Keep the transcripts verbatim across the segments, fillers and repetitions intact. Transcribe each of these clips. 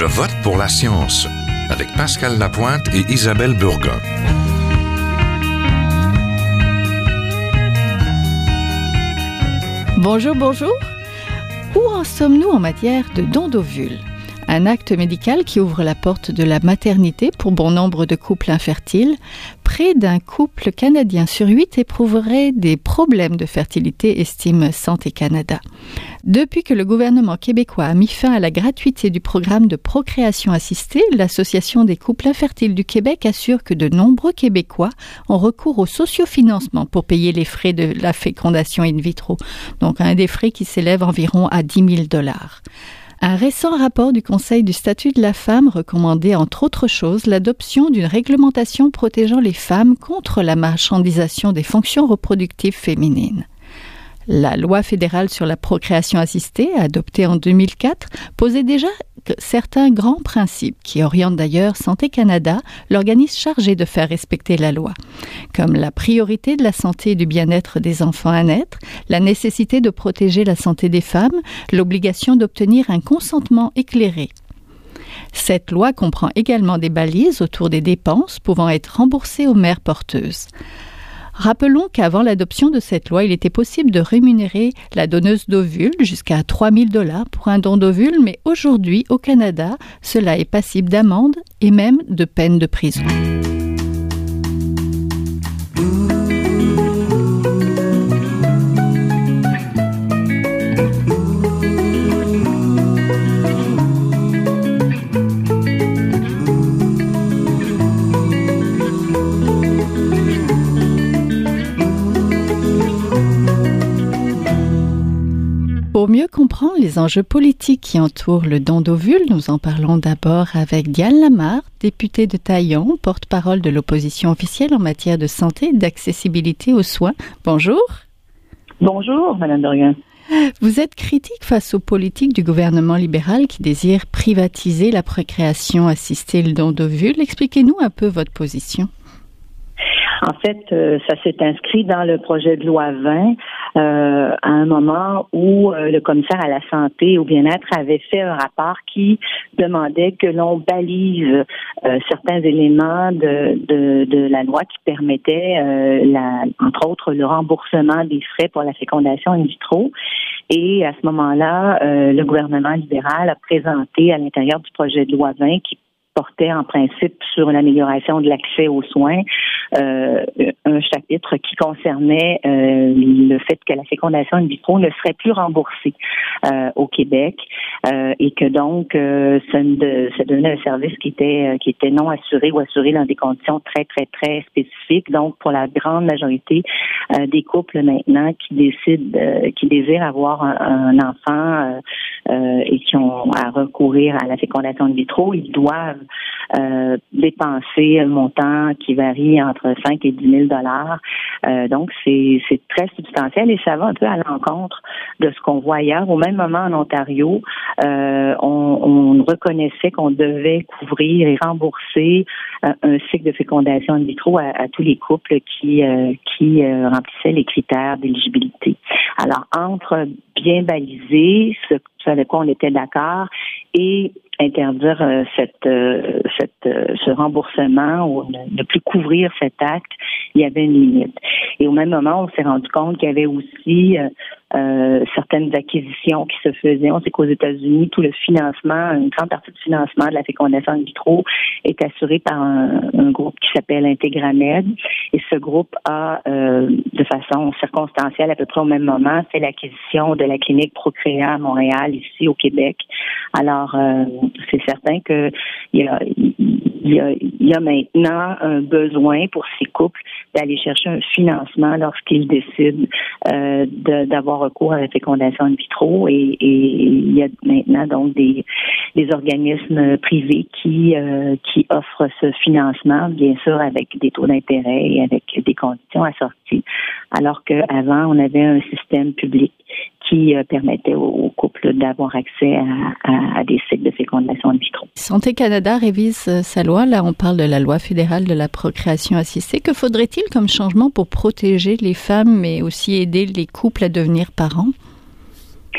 Je vote pour la science avec Pascal Lapointe et Isabelle Burgon. Bonjour, bonjour. Où en sommes-nous en matière de don d'ovules ? Un acte médical qui ouvre la porte de la maternité pour bon nombre de couples infertiles. Près d'un couple canadien sur huit éprouverait des problèmes de fertilité, estime Santé Canada. Depuis que le gouvernement québécois a mis fin à la gratuité du programme de procréation assistée, l'Association des couples infertiles du Québec assure que de nombreux Québécois ont recours au sociofinancement pour payer les frais de la fécondation in vitro. Donc un des frais qui s'élève environ à dix mille dollars. Un récent rapport du Conseil du statut de la femme recommandait, entre autres choses, l'adoption d'une réglementation protégeant les femmes contre la marchandisation des fonctions reproductives féminines. La loi fédérale sur la procréation assistée, adoptée en deux mille quatre, posait déjà certains grands principes qui orientent d'ailleurs Santé Canada, l'organisme chargé de faire respecter la loi, comme la priorité de la santé et du bien-être des enfants à naître, la nécessité de protéger la santé des femmes, l'obligation d'obtenir un consentement éclairé. Cette loi comprend également des balises autour des dépenses pouvant être remboursées aux mères porteuses. Rappelons qu'avant l'adoption de cette loi, il était possible de rémunérer la donneuse d'ovules jusqu'à trois mille dollars pour un don d'ovules, mais aujourd'hui, au Canada, cela est passible d'amende et même de peine de prison. Pour mieux comprendre les enjeux politiques qui entourent le don d'ovules, nous en parlons d'abord avec Diane Lamarre, députée de Taillon, porte-parole de l'opposition officielle en matière de santé et d'accessibilité aux soins. Bonjour. Bonjour, Madame Burgon. Vous êtes critique face aux politiques du gouvernement libéral qui désire privatiser la procréation assistée et le don d'ovules. Expliquez-nous un peu votre position. En fait, euh, ça s'est inscrit dans le projet de loi vingt euh, à un moment où euh, le commissaire à la santé et au bien-être avait fait un rapport qui demandait que l'on balise euh, certains éléments de, de, de la loi qui permettaient, euh, la, entre autres, le remboursement des frais pour la fécondation in vitro. Et à ce moment-là, euh, le gouvernement libéral a présenté à l'intérieur du projet de loi vingt qui portait en principe sur l'amélioration de l'accès aux soins, euh, un chapitre qui concernait euh, le fait que la fécondation in vitro ne serait plus remboursée euh, au Québec euh, et que donc euh, ça, de, ça devenait un service qui était qui était non assuré ou assuré dans des conditions très très très spécifiques. Donc pour la grande majorité euh, des couples maintenant qui décident, euh, qui désirent avoir un, un enfant euh, euh, et qui ont à recourir à la fécondation in vitro, ils doivent Euh, dépenser un montant qui varie entre cinq et dix mille dollars. Euh, donc, c'est, c'est très substantiel et ça va un peu à l'encontre de ce qu'on voit ailleurs. Au même moment, en Ontario, euh, on, on reconnaissait qu'on devait couvrir et rembourser euh, un cycle de fécondation in vitro à, à tous les couples qui, euh, qui euh, remplissaient les critères d'éligibilité. Alors, entre bien baliser ce, ce avec quoi on était d'accord et interdire euh, cette, euh, cette, euh, ce remboursement ou ne, ne plus couvrir cet acte, il y avait une limite. Et au même moment, on s'est rendu compte qu'il y avait aussi euh, euh, certaines acquisitions qui se faisaient. On sait qu'aux États-Unis, tout le financement, une grande partie du financement de la fécondation in vitro est assuré par un, un groupe qui s'appelle Integramed. Et ce groupe a, euh, de façon circonstancielle, à peu près au même moment, fait l'acquisition de la clinique Procréa à Montréal, ici au Québec. Alors, euh, c'est certain que il y a, il y a, il y a maintenant un besoin pour ces couples d'aller chercher un financement lorsqu'ils décident euh, de, d'avoir recours à la fécondation in vitro et, et il y a maintenant donc des, des organismes privés qui euh, qui offrent ce financement, bien sûr avec des taux d'intérêt et avec des conditions assorties, alors qu'avant on avait un système public qui euh, permettait aux, aux couples d'avoir accès à, à, à des cycles de fécondation in vitro. Santé Canada révise euh, sa loi. Là, on parle de la loi fédérale de la procréation assistée. Que faudrait-il comme changement pour protéger les femmes, mais aussi aider les couples à devenir parents?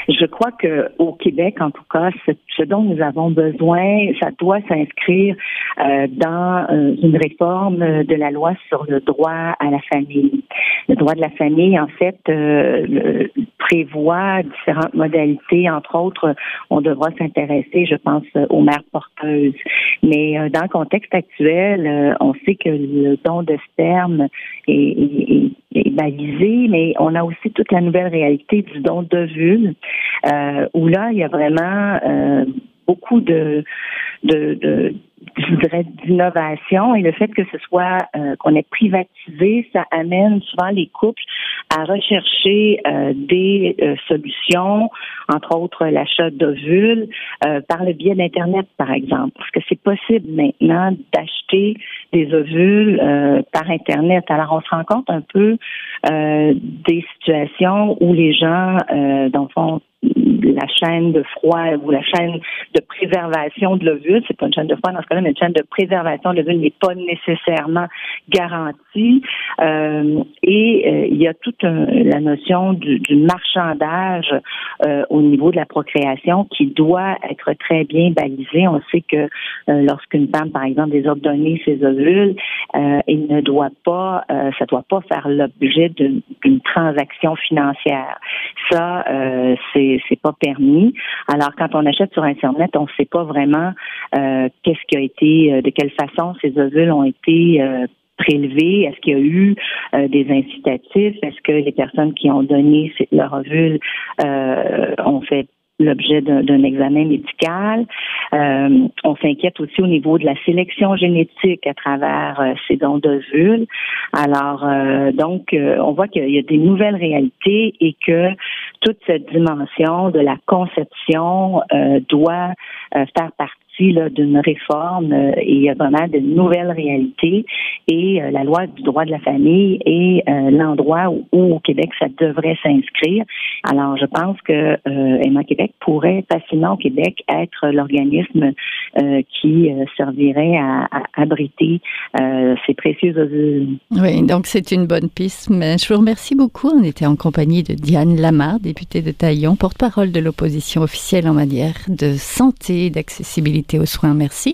je crois que au Québec, en tout cas, ce, ce dont nous avons besoin, ça doit s'inscrire euh, dans euh, une réforme de la loi sur le droit à la famille. Le droit de la famille, en fait, euh, le, prévoit différentes modalités. Entre autres, on devra s'intéresser, je pense, aux mères porteuses. Mais euh, dans le contexte actuel, euh, on sait que le don de sperme est, est, est balisé, mais on a aussi toute la nouvelle réalité du don d'ovule, euh, où là, il y a vraiment euh, beaucoup de, de, de je dirais, d'innovation, et le fait que ce soit euh, qu'on ait privatisé, ça amène souvent les couples à rechercher euh, des euh, solutions, entre autres l'achat d'ovules, euh, par le biais d'Internet, par exemple, parce que c'est possible maintenant d'acheter des ovules euh, par Internet. Alors, on se rend compte un peu euh, des situations où les gens, euh, dans le fond, la chaîne de froid ou la chaîne de préservation de l'ovule, c'est pas une chaîne de froid dans ce cas-là, mais une chaîne de préservation de l'ovule n'est pas nécessairement garantie. Euh, et euh, il y a toute un, la notion du, du marchandage euh, au niveau de la procréation qui doit être très bien balisée. On sait que euh, lorsqu'une femme, par exemple, désire donner ses ovules, euh, il ne doit pas, euh, ça doit pas faire l'objet d'une, d'une transaction financière. Ça, euh, c'est c'est pas permis. Alors, quand on achète sur Internet, on ne sait pas vraiment euh, qu'est-ce qui a été, euh, de quelle façon ces ovules ont été euh, prélevés. Est-ce qu'il y a eu euh, des incitatifs? Est-ce que les personnes qui ont donné leur ovule euh, ont fait l'objet d'un, d'un examen médical? Euh, on s'inquiète aussi au niveau de la sélection génétique à travers euh, ces dons d'ovules. Alors, euh, donc, euh, on voit qu'il y a des nouvelles réalités et que toute cette dimension de la conception euh, doit euh, faire partie là, d'une réforme euh, et il y a vraiment de nouvelles réalités et euh, la loi du droit de la famille est euh, l'endroit où, où au Québec ça devrait s'inscrire. Alors, je pense que euh, Aimant Québec pourrait facilement au Québec être l'organisme euh, qui euh, servirait à, à abriter euh, ces précieux ovules. Oui, donc c'est une bonne piste, mais je vous remercie beaucoup. On était en compagnie de Diane Lamar, députée de Taillon, porte-parole de l'opposition officielle en matière de santé et d'accessibilité aux soins. Merci.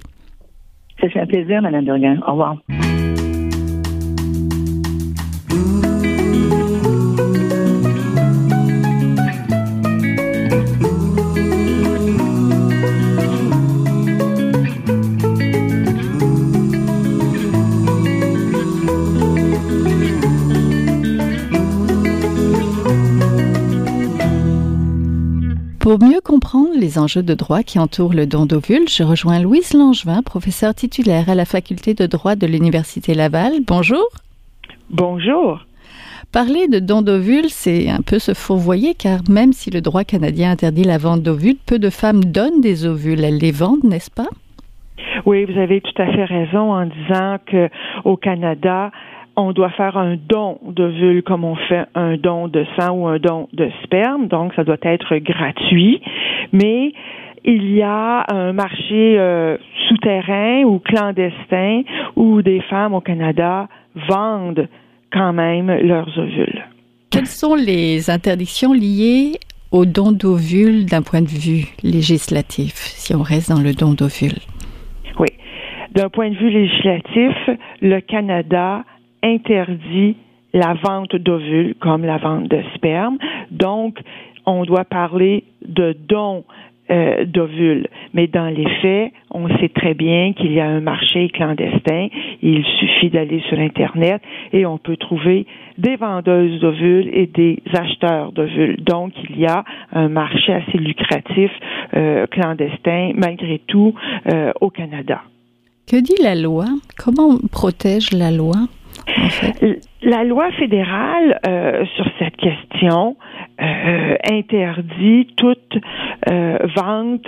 Ça fait un plaisir, Mme Burguin. Au revoir. Pour mieux comprendre les enjeux de droit qui entourent le don d'ovules, je rejoins Louise Langevin, professeure titulaire à la faculté de droit de l'Université Laval. Bonjour. Bonjour. Parler de don d'ovules, c'est un peu se fourvoyer, car même si le droit canadien interdit la vente d'ovules, peu de femmes donnent des ovules. Elles les vendent, n'est-ce pas? Oui, vous avez tout à fait raison en disant que au Canada, on doit faire un don d'ovule comme on fait un don de sang ou un don de sperme, donc ça doit être gratuit, mais il y a un marché euh, souterrain ou clandestin où des femmes au Canada vendent quand même leurs ovules. Quelles sont les interdictions liées au don d'ovules d'un point de vue législatif, si on reste dans le don d'ovules? Oui. D'un point de vue législatif, le Canada interdit la vente d'ovules comme la vente de sperme. Donc, on doit parler de don euh, d'ovules. Mais dans les faits, on sait très bien qu'il y a un marché clandestin. Il suffit d'aller sur Internet et on peut trouver des vendeuses d'ovules et des acheteurs d'ovules. Donc, il y a un marché assez lucratif, euh, clandestin, malgré tout, euh, au Canada. Que dit la loi? Comment protège la loi? En fait. La loi fédérale euh, sur cette question euh, interdit toute euh, vente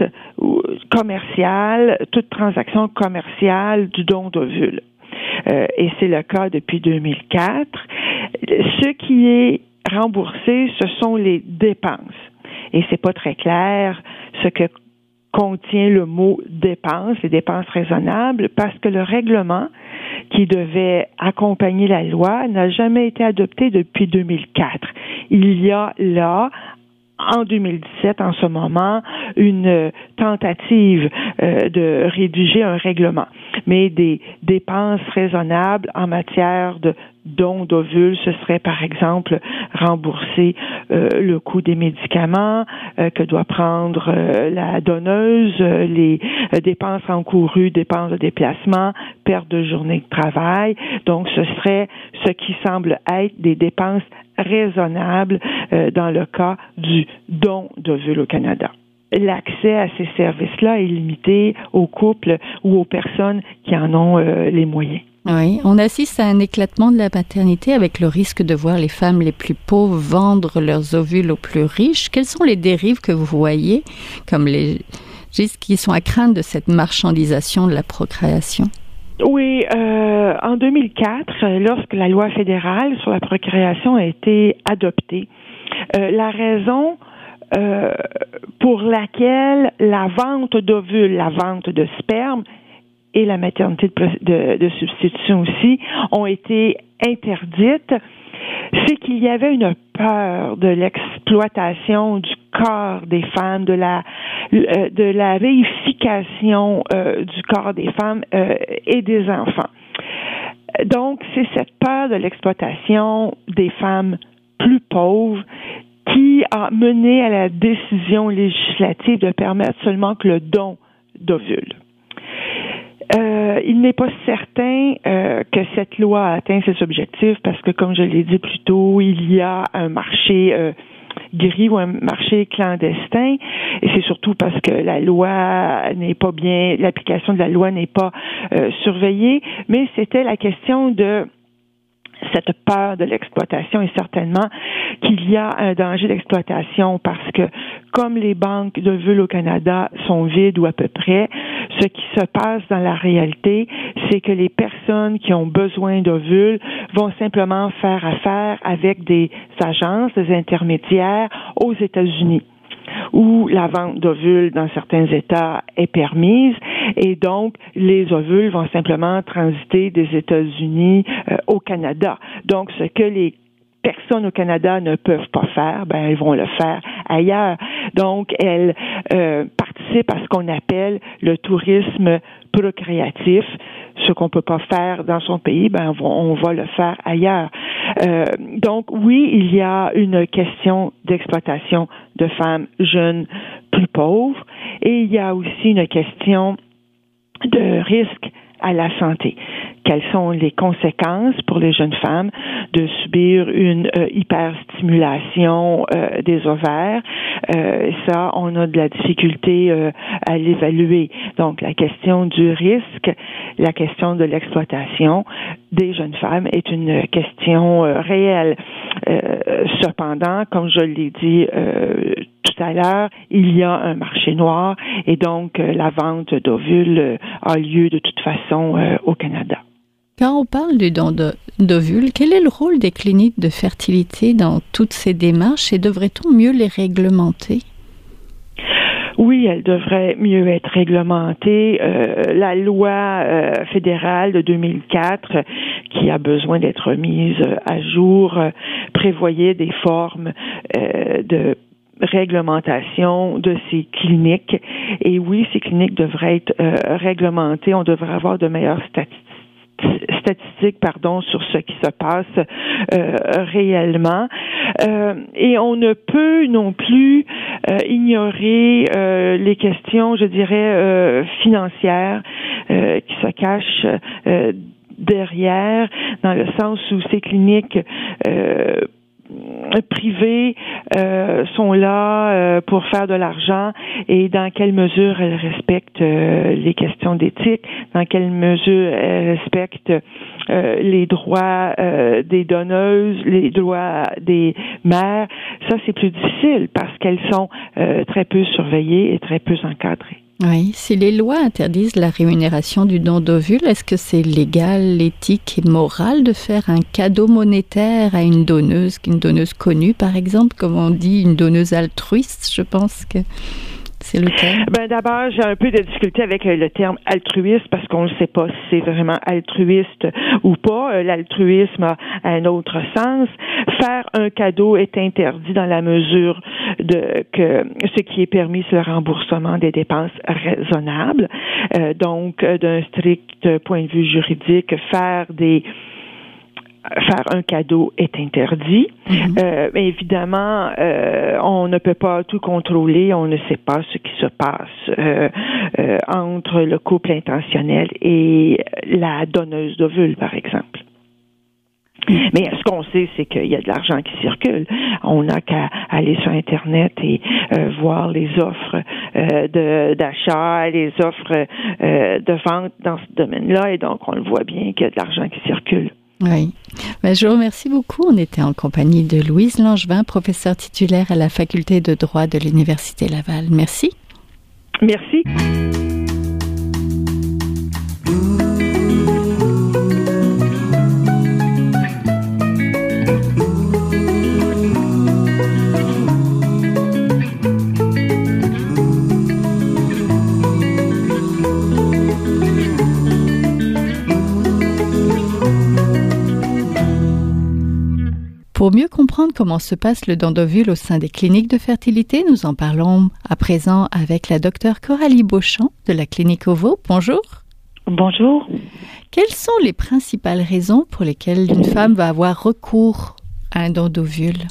commerciale, toute transaction commerciale du don d'ovules. Euh, et c'est le cas depuis deux mille quatre. Ce qui est remboursé, ce sont les dépenses. Et c'est pas très clair ce que contient le mot dépenses, les dépenses raisonnables, parce que le règlement qui devait accompagner la loi n'a jamais été adopté depuis deux mille quatre. Il y a là en deux mille dix-sept, en ce moment, une tentative euh, de rédiger un règlement. Mais des dépenses raisonnables en matière de dons d'ovules, ce serait par exemple rembourser euh, le coût des médicaments euh, que doit prendre euh, la donneuse, euh, les euh, dépenses encourues, dépenses de déplacement, perte de journée de travail. Donc, ce serait ce qui semble être des dépenses raisonnables euh, dans le cas du don d'ovules au Canada. L'accès à ces services-là est limité aux couples ou aux personnes qui en ont euh, les moyens. Oui, on assiste à un éclatement de la maternité avec le risque de voir les femmes les plus pauvres vendre leurs ovules aux plus riches. Quelles sont les dérives que vous voyez, comme les qui sont à craindre de cette marchandisation de la procréation? Oui, euh, en deux mille quatre, lorsque la loi fédérale sur la procréation a été adoptée, euh, la raison euh, pour laquelle la vente d'ovules, la vente de sperme et la maternité de, de, de substitution aussi ont été interdites, c'est qu'il y avait une peur de l'exploitation du corps des femmes, de la de la réification euh, du corps des femmes euh, et des enfants. Donc, c'est cette peur de l'exploitation des femmes plus pauvres qui a mené à la décision législative de permettre seulement que le don d'ovules. Euh, il n'est pas certain euh, que cette loi a atteint ses objectifs parce que, comme je l'ai dit plus tôt, il y a un marché euh, gris ou un marché clandestin, et c'est surtout parce que la loi n'est pas bien, l'application de la loi n'est pas euh, surveillée, mais c'était la question de cette peur de l'exploitation et certainement qu'il y a un danger d'exploitation parce que comme les banques d'ovules au Canada sont vides ou à peu près, ce qui se passe dans la réalité, c'est que les personnes qui ont besoin d'ovules vont simplement faire affaire avec des agences, des intermédiaires aux États-Unis, où la vente d'ovules dans certains États est permise et donc les ovules vont simplement transiter des États-Unis euh, au Canada. Donc, ce que les personnes au Canada ne peuvent pas faire, ben elles vont le faire ailleurs. Donc, elles euh, participent à ce qu'on appelle le tourisme procréatif. Ce qu'on peut pas faire dans son pays, ben on va le faire ailleurs. Euh, donc oui, il y a une question d'exploitation de femmes jeunes plus pauvres et il y a aussi une question de risque à la santé. Quelles sont les conséquences pour les jeunes femmes de subir une euh, hyperstimulation euh, des ovaires? Euh, ça, on a de la difficulté euh, à l'évaluer. Donc, la question du risque, la question de l'exploitation des jeunes femmes est une question euh, réelle. Euh, cependant, comme je l'ai dit euh, tout à l'heure, il y a un marché noir et donc euh, la vente d'ovules euh, a lieu de toute façon euh, au Canada. Quand on parle du don d'ovules, quel est le rôle des cliniques de fertilité dans toutes ces démarches et devrait-on mieux les réglementer? Oui, elles devraient mieux être réglementées. Euh, la loi euh, fédérale de deux mille quatre, qui a besoin d'être mise à jour, euh, prévoyait des formes euh, de réglementation de ces cliniques. Et oui, ces cliniques devraient être euh, réglementées. On devrait avoir de meilleures statistiques. statistiques pardon sur ce qui se passe euh, réellement euh, et on ne peut non plus euh, ignorer euh, les questions je dirais euh, financières euh, qui se cachent euh, derrière dans le sens où ces cliniques euh, privées euh, sont là euh, pour faire de l'argent et dans quelle mesure elles respectent euh, les questions d'éthique, dans quelle mesure elles respectent euh, les droits euh, des donneuses, les droits des mères. Ça, c'est plus difficile parce qu'elles sont euh, très peu surveillées et très peu encadrées. Oui, si les lois interdisent la rémunération du don d'ovules, est-ce que c'est légal, éthique et moral de faire un cadeau monétaire à une donneuse, une donneuse connue par exemple, comme on dit, une donneuse altruiste? Je pense que c'est le terme? Ben d'abord, j'ai un peu de difficulté avec le terme altruiste parce qu'on ne sait pas si c'est vraiment altruiste ou pas. L'altruisme a un autre sens. Faire un cadeau est interdit dans la mesure de que ce qui est permis, c'est le remboursement des dépenses raisonnables. Euh, donc, d'un strict point de vue juridique, faire des Faire un cadeau est interdit. Mm-hmm. Euh, évidemment, euh, on ne peut pas tout contrôler. On ne sait pas ce qui se passe euh, euh, entre le couple intentionnel et la donneuse d'ovules, par exemple. Mm-hmm. Mais ce qu'on sait, c'est qu'il y a de l'argent qui circule. On n'a qu'à aller sur Internet et euh, voir les offres euh, de, d'achat, les offres euh, de vente dans ce domaine-là. Et donc, on le voit bien qu'il y a de l'argent qui circule. Oui. Ben, je vous remercie beaucoup. On était en compagnie de Louise Langevin, professeure titulaire à la Faculté de droit de l'Université Laval. Merci. Merci. Pour mieux comprendre comment se passe le don d'ovules au sein des cliniques de fertilité, nous en parlons à présent avec la docteure Coralie Beauchamp de la clinique OVO. Bonjour. Bonjour. Quelles sont les principales raisons pour lesquelles une femme va avoir recours à un don d'ovules?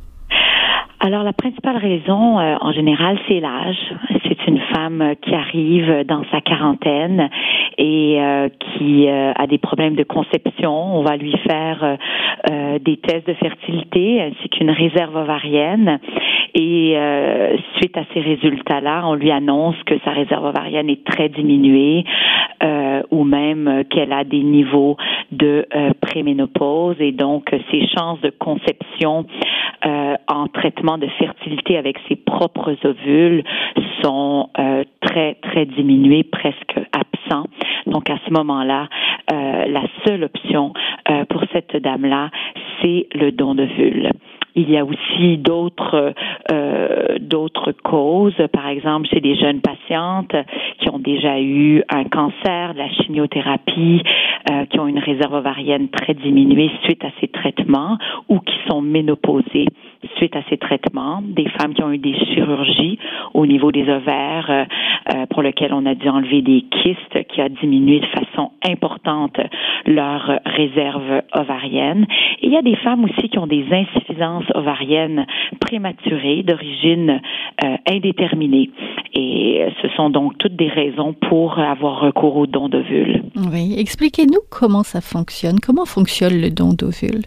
Alors, la principale raison, euh, en général, c'est l'âge. C'est une femme qui arrive dans sa quarantaine et euh, qui euh, a des problèmes de conception. On va lui faire euh, des tests de fertilité ainsi qu'une réserve ovarienne. Et euh, suite à ces résultats-là, on lui annonce que sa réserve ovarienne est très diminuée euh, ou même qu'elle a des niveaux de euh, préménopause et donc ses chances de conception euh, en traitement de fertilité avec ses propres ovules sont euh, très, très diminuées, presque absents. Donc, à ce moment-là, euh, la seule option euh, pour cette dame-là, c'est le don d'ovules. Il y a aussi d'autres euh, d'autres causes. Par exemple, chez des jeunes patientes qui ont déjà eu un cancer, de la chimiothérapie, euh, qui ont une réserve ovarienne très diminuée suite à ces traitements ou qui sont ménopausées suite à ces traitements. Des femmes qui ont eu des chirurgies au niveau des ovaires euh, euh, pour lesquelles on a dû enlever des kystes qui a diminué de façon importante leur réserve ovarienne. Et il y a des femmes aussi qui ont des insuffisances ovariennes prématurées d'origine euh, indéterminée. Et ce sont donc toutes des raisons pour avoir recours au don d'ovules. Oui, expliquez-nous comment ça fonctionne. Comment fonctionne le don d'ovules?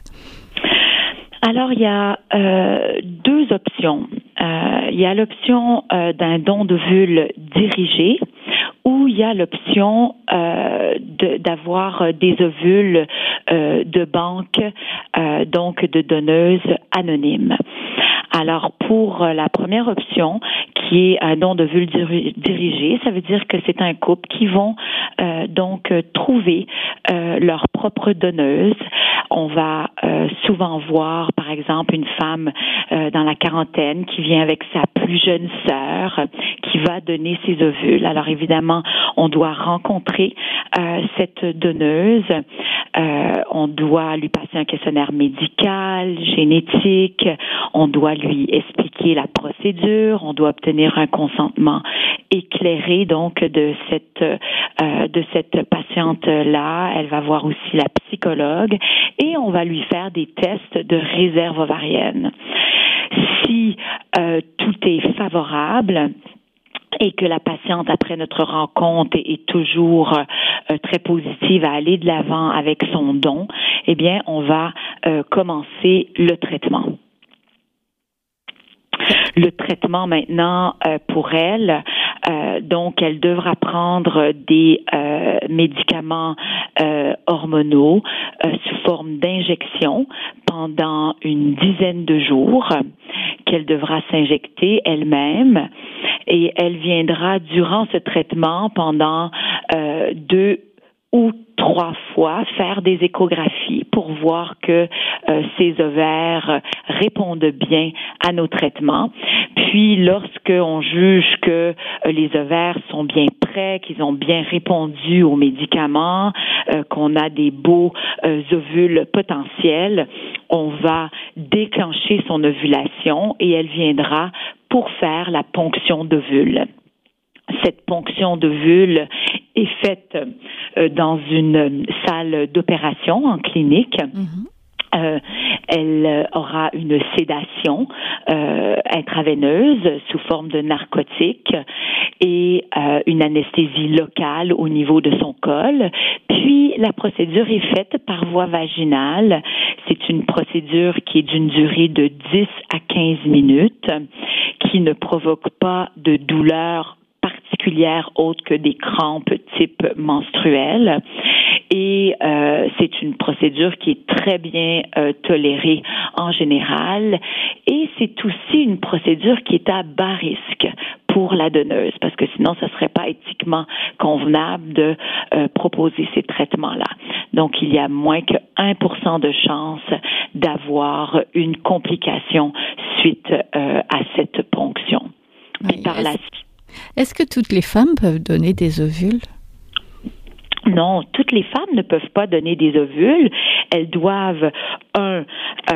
Alors, il y a euh, deux options. Euh, il y a l'option euh, d'un don d'ovules dirigé, ou il y a l'option euh, de, d'avoir des ovules euh, de banque, euh, donc de donneuses anonymes. Alors, pour la première option, qui est un don d'ovules diri- dirigé, ça veut dire que c'est un couple qui vont euh, donc trouver euh, leur propre donneuse. On va euh, souvent voir, par exemple, une femme euh, dans la quarantaine qui vient avec sa plus jeune sœur, qui va donner ses ovules. Alors, évidemment, on doit rencontrer euh, cette donneuse. Euh, on doit lui passer un questionnaire médical, génétique. On doit lui expliquer la procédure. On doit obtenir un consentement éclairé, donc, de cette euh, de cette patiente-là. Elle va voir aussi la psychologue et on va lui faire des tests de réserve ovarienne. Si euh, tout est favorable et que la patiente, après notre rencontre, est toujours euh, très positive à aller de l'avant avec son don, eh bien, on va euh, commencer le traitement. Le traitement maintenant euh, pour elle, euh, donc elle devra prendre des euh, médicaments euh, hormonaux euh, sous forme d'injection pendant une dizaine de jours qu'elle devra s'injecter elle-même et elle viendra durant ce traitement pendant euh, deux ou trois fois faire des échographies pour voir que euh, ces ovaires répondent bien à nos traitements. Puis, lorsqu'on juge que euh, les ovaires sont bien prêts, qu'ils ont bien répondu aux médicaments, euh, qu'on a des beaux euh, ovules potentiels, on va déclencher son ovulation et elle viendra pour faire la ponction d'ovules. Cette ponction d'ovules est faite euh, dans une salle d'opération en clinique. Mm-hmm. Euh, elle aura une sédation euh, intraveineuse sous forme de narcotique et euh, une anesthésie locale au niveau de son col. Puis, la procédure est faite par voie vaginale. C'est une procédure qui est d'une durée de dix à quinze minutes, qui ne provoque pas de douleur particulière autre que des crampes type menstruel. Et euh, c'est une procédure qui est très bien euh, tolérée en général. Et c'est aussi une procédure qui est à bas risque pour la donneuse, parce que sinon, ce ne serait pas éthiquement convenable de euh, proposer ces traitements-là. Donc, il y a moins que un pour cent de chances d'avoir une complication suite euh, à cette ponction. Oui, Puis par est-ce, la... est-ce que toutes les femmes peuvent donner des ovules? Non, toutes les femmes ne peuvent pas donner des ovules. Elles doivent, un,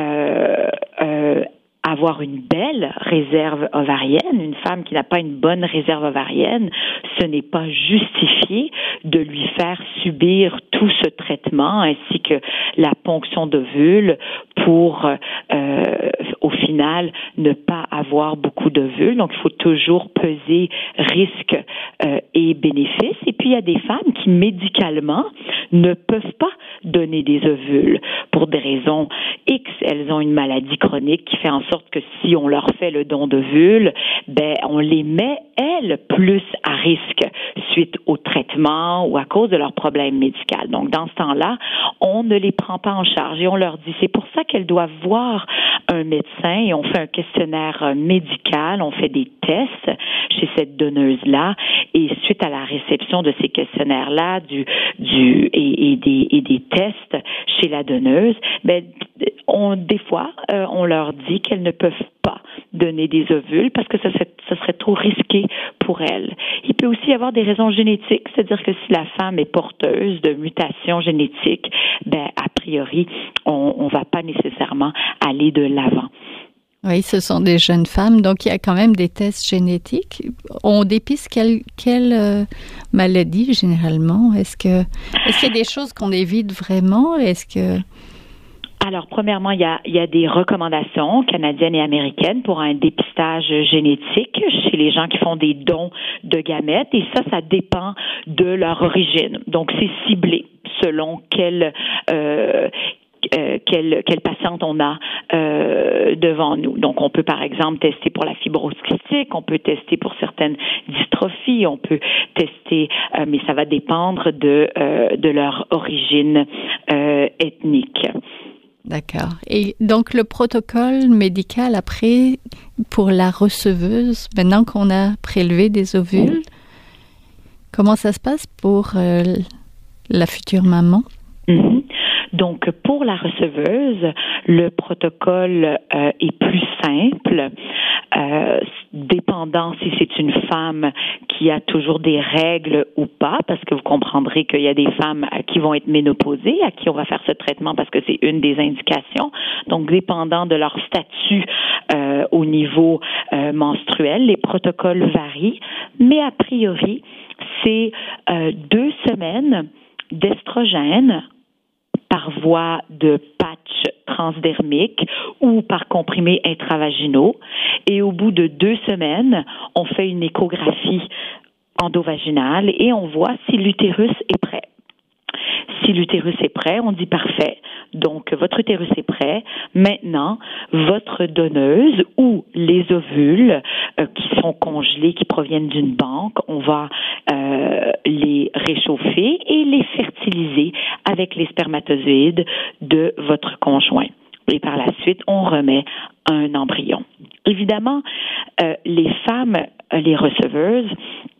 euh, euh, avoir une belle réserve ovarienne. Une femme qui n'a pas une bonne réserve ovarienne, ce n'est pas justifié de lui faire subir tout ce traitement ainsi que la ponction d'ovules pour, euh, au final, ne pas avoir beaucoup d'ovules. Donc, il faut toujours peser risque euh, et bénéfice. Et puis, il y a des femmes qui, médicalement, ne peuvent pas donner des ovules pour des raisons X. Elles ont une maladie chronique qui fait en sorte que si on leur fait le don d'ovules, ben, on les met, elles, plus à risque suite au traitement ou à cause de leur problème médical. Donc, dans ce temps-là, on ne les prend pas en charge et on leur dit, c'est pour ça qu'elles doivent voir un médecin et on fait un questionnaire médical, on fait des tests chez cette donneuse-là et suite à la réception de ces questionnaires-là du, du, et, et, des, et des tests chez la donneuse, ben, on, des fois, euh, on leur dit qu'elles ne peuvent pas donner des ovules parce que ça serait, ça serait trop risqué pour elles. Il peut aussi y avoir des raisons génétiques, c'est-à-dire que si la femme est porteuse de mutations génétiques, ben, a priori, on ne va pas nécessairement aller de l'avant. Oui, ce sont des jeunes femmes, donc il y a quand même des tests génétiques. On dépiste quelle, quelle euh, maladie généralement? Est-ce que, est-ce qu'il y a des choses qu'on évite vraiment? Est-ce que... Alors, premièrement, il y a, il y a des recommandations canadiennes et américaines pour un dépistage génétique chez les gens qui font des dons de gamètes et ça, ça dépend de leur origine. Donc, c'est ciblé selon quelle... Euh, Euh, quelle, quelle patiente on a euh, devant nous. Donc, on peut, par exemple, tester pour la fibrose cystique, on peut tester pour certaines dystrophies, on peut tester, euh, mais ça va dépendre de, euh, de leur origine euh, ethnique. D'accord. Et donc, le protocole médical après, pour la receveuse, maintenant qu'on a prélevé des ovules, comment ça se passe pour euh, la future maman? Mm-hmm. Donc, pour la receveuse, le protocole euh, est plus simple, euh, dépendant si c'est une femme qui a toujours des règles ou pas, parce que vous comprendrez qu'il y a des femmes qui vont être ménopausées, à qui on va faire ce traitement parce que c'est une des indications. Donc, dépendant de leur statut euh, au niveau euh, menstruel, les protocoles varient, mais a priori, c'est euh, deux semaines d'estrogène par voie de patch transdermique ou par comprimés intravaginaux. Et au bout de deux semaines, on fait une échographie endovaginale et on voit si l'utérus est prêt. Si l'utérus est prêt, on dit parfait. Donc, votre utérus est prêt. Maintenant, votre donneuse ou les ovules euh, qui sont congelés, qui proviennent d'une banque, on va euh, les réchauffer et les fertiliser avec les spermatozoïdes de votre conjoint. Et par la suite, on remet un embryon. Évidemment, euh, les femmes, les receveuses,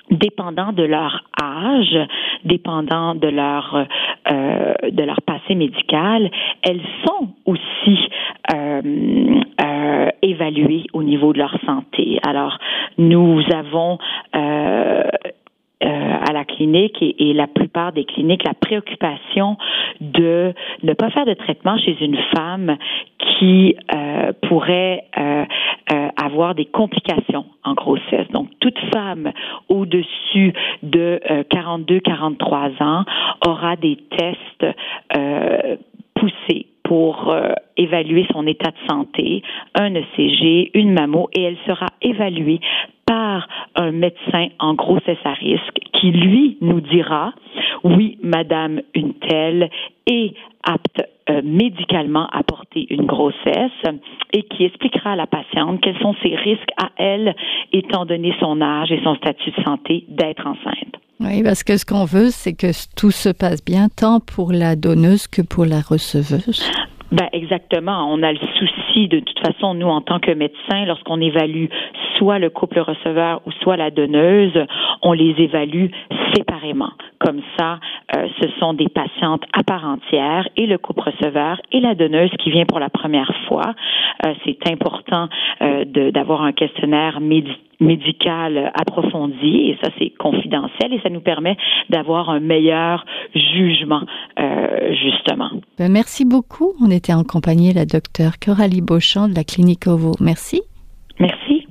dépendant de leur âge, dépendant de leur euh, de leur passé médical, elles sont aussi euh, euh, évaluées au niveau de leur santé. Alors, nous avons euh, Euh, à la clinique et, et la plupart des cliniques, la préoccupation de ne pas faire de traitement chez une femme qui euh, pourrait euh, euh, avoir des complications en grossesse. Donc, toute femme au-dessus de euh, quarante-deux à quarante-trois ans aura des tests euh, poussés pour euh, évaluer son état de santé, un E C G, une mammo, et elle sera évaluée par un médecin en grossesse à risque qui, lui, nous dira, oui, madame une telle est apte euh, médicalement à porter une grossesse et qui expliquera à la patiente quels sont ses risques à elle, étant donné son âge et son statut de santé, d'être enceinte. Oui, parce que ce qu'on veut, c'est que tout se passe bien, tant pour la donneuse que pour la receveuse. Ben exactement. On a le souci, de toute façon, nous, en tant que médecins, lorsqu'on évalue soit le couple receveur ou soit la donneuse, on les évalue séparément. Comme ça, euh, ce sont des patientes à part entière, et le couple receveur et la donneuse qui vient pour la première fois. Euh, c'est important euh, de, d'avoir un questionnaire médical médical approfondi, et ça c'est confidentiel, et ça nous permet d'avoir un meilleur jugement, euh, justement. Ben, merci beaucoup. On était en compagnie de la docteure Coralie Beauchamp de la clinique OVO. Merci. Merci.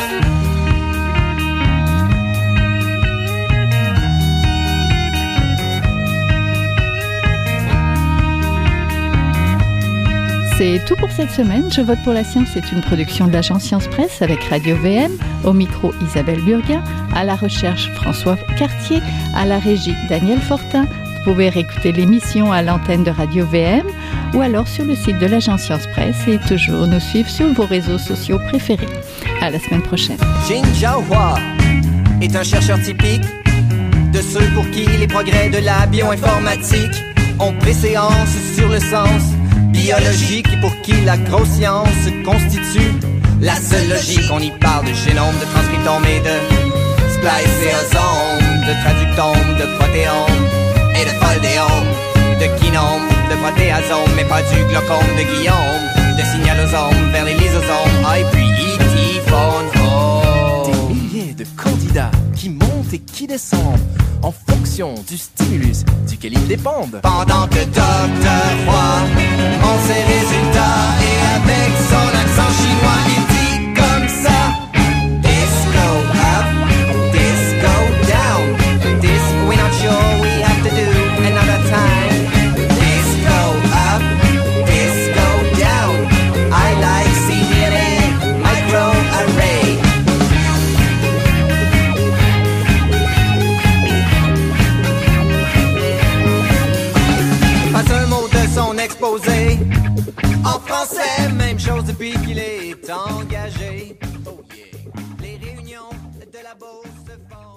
C'est tout pour cette semaine. Je vote pour la science. C'est une production de l'agence Science Presse avec Radio V M. Au micro, Isabelle Burguin. À la recherche, François Cartier. À la régie, Daniel Fortin. Vous pouvez réécouter l'émission à l'antenne de Radio V M ou alors sur le site de l'agence Science Presse et toujours nous suivre sur vos réseaux sociaux préférés. À la semaine prochaine. Jin Jiahua est un chercheur typique de ceux pour qui les progrès de la bioinformatique ont préséance sur le sens biologique et pour qui la grosse science constitue la seule logique. On y parle de génome, de transcriptome et de spliceosome, de traductome, de protéome et de foldéome, de kinome, de protéasome, mais pas du glaucome de Guillaume, de signalosome vers les lysosomes, ah, et puis E T phone home. Des milliers de candidats qui montent et qui descendent en fonction du stimulus duquel ils dépendent. Pendant que Docteur Roy en ses résultats et avec son accent chinois il dit comme ça: disco up, disco down, this we're not sure we have to do another time. Disco up, disco down, I like C D N A microarray. Pas un mot de son exposé en français, même chose depuis qu'il est engagé. Oh yeah, les réunions de la bourse se font.